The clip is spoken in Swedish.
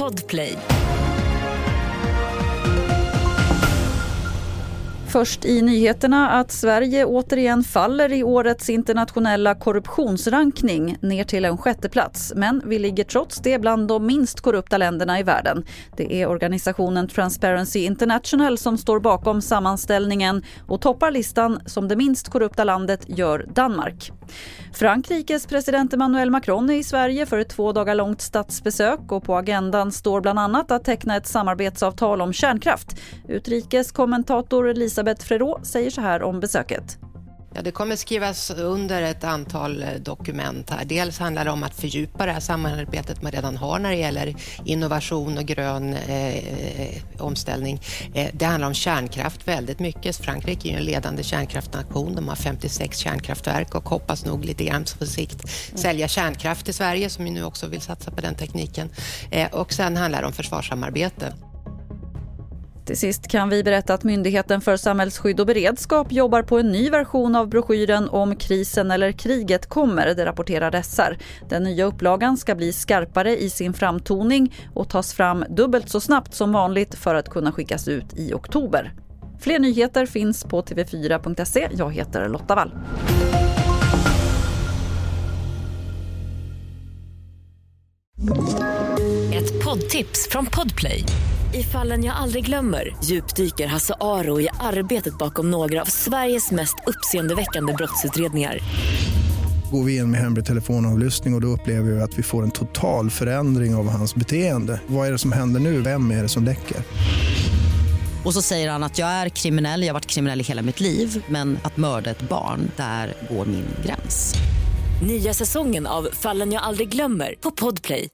Podplay. Först i nyheterna att Sverige återigen faller i årets internationella korruptionsrankning ner till en 6:e plats. Men vi ligger trots det bland de minst korrupta länderna i världen. Det är organisationen Transparency International som står bakom sammanställningen och toppar listan som det minst korrupta landet gör Danmark. Frankrikes president Emmanuel Macron är i Sverige för ett 2 dagar långt statsbesök och på agendan står bland annat att teckna ett samarbetsavtal om kärnkraft. Utrikeskommentator Elisabeth Frerot säger så här om besöket. Ja, det kommer skrivas under ett antal dokument här. Dels handlar det om att fördjupa det här samarbetet man redan har när det gäller innovation och grön omställning. Det handlar om kärnkraft väldigt mycket. Frankrike är ju en ledande kärnkraftnation. De har 56 kärnkraftverk och hoppas nog lite grann på sikt sälja kärnkraft till Sverige som ju nu också vill satsa på den tekniken. Och sen handlar det om försvarssamarbete. Till sist kan vi berätta att Myndigheten för samhällsskydd och beredskap jobbar på en ny version av broschyren Om krisen eller kriget kommer, det rapporterar SR. Den nya upplagan ska bli skarpare i sin framtoning och tas fram dubbelt så snabbt som vanligt för att kunna skickas ut i oktober. Fler nyheter finns på tv4.se. Jag heter Lotta Wall. Ett poddtips från Podplay. I Fallen jag aldrig glömmer djupdyker Hasse Aro i arbetet bakom några av Sveriges mest uppseendeväckande brottsutredningar. Går vi in med hemlig telefonavlyssning och då upplever vi att vi får en total förändring av hans beteende. Vad är det som händer nu? Vem är det som läcker? Och så säger han att jag är kriminell, jag har varit kriminell i hela mitt liv. Men att mörda ett barn, där går min gräns. Nya säsongen av Fallen jag aldrig glömmer på Podplay.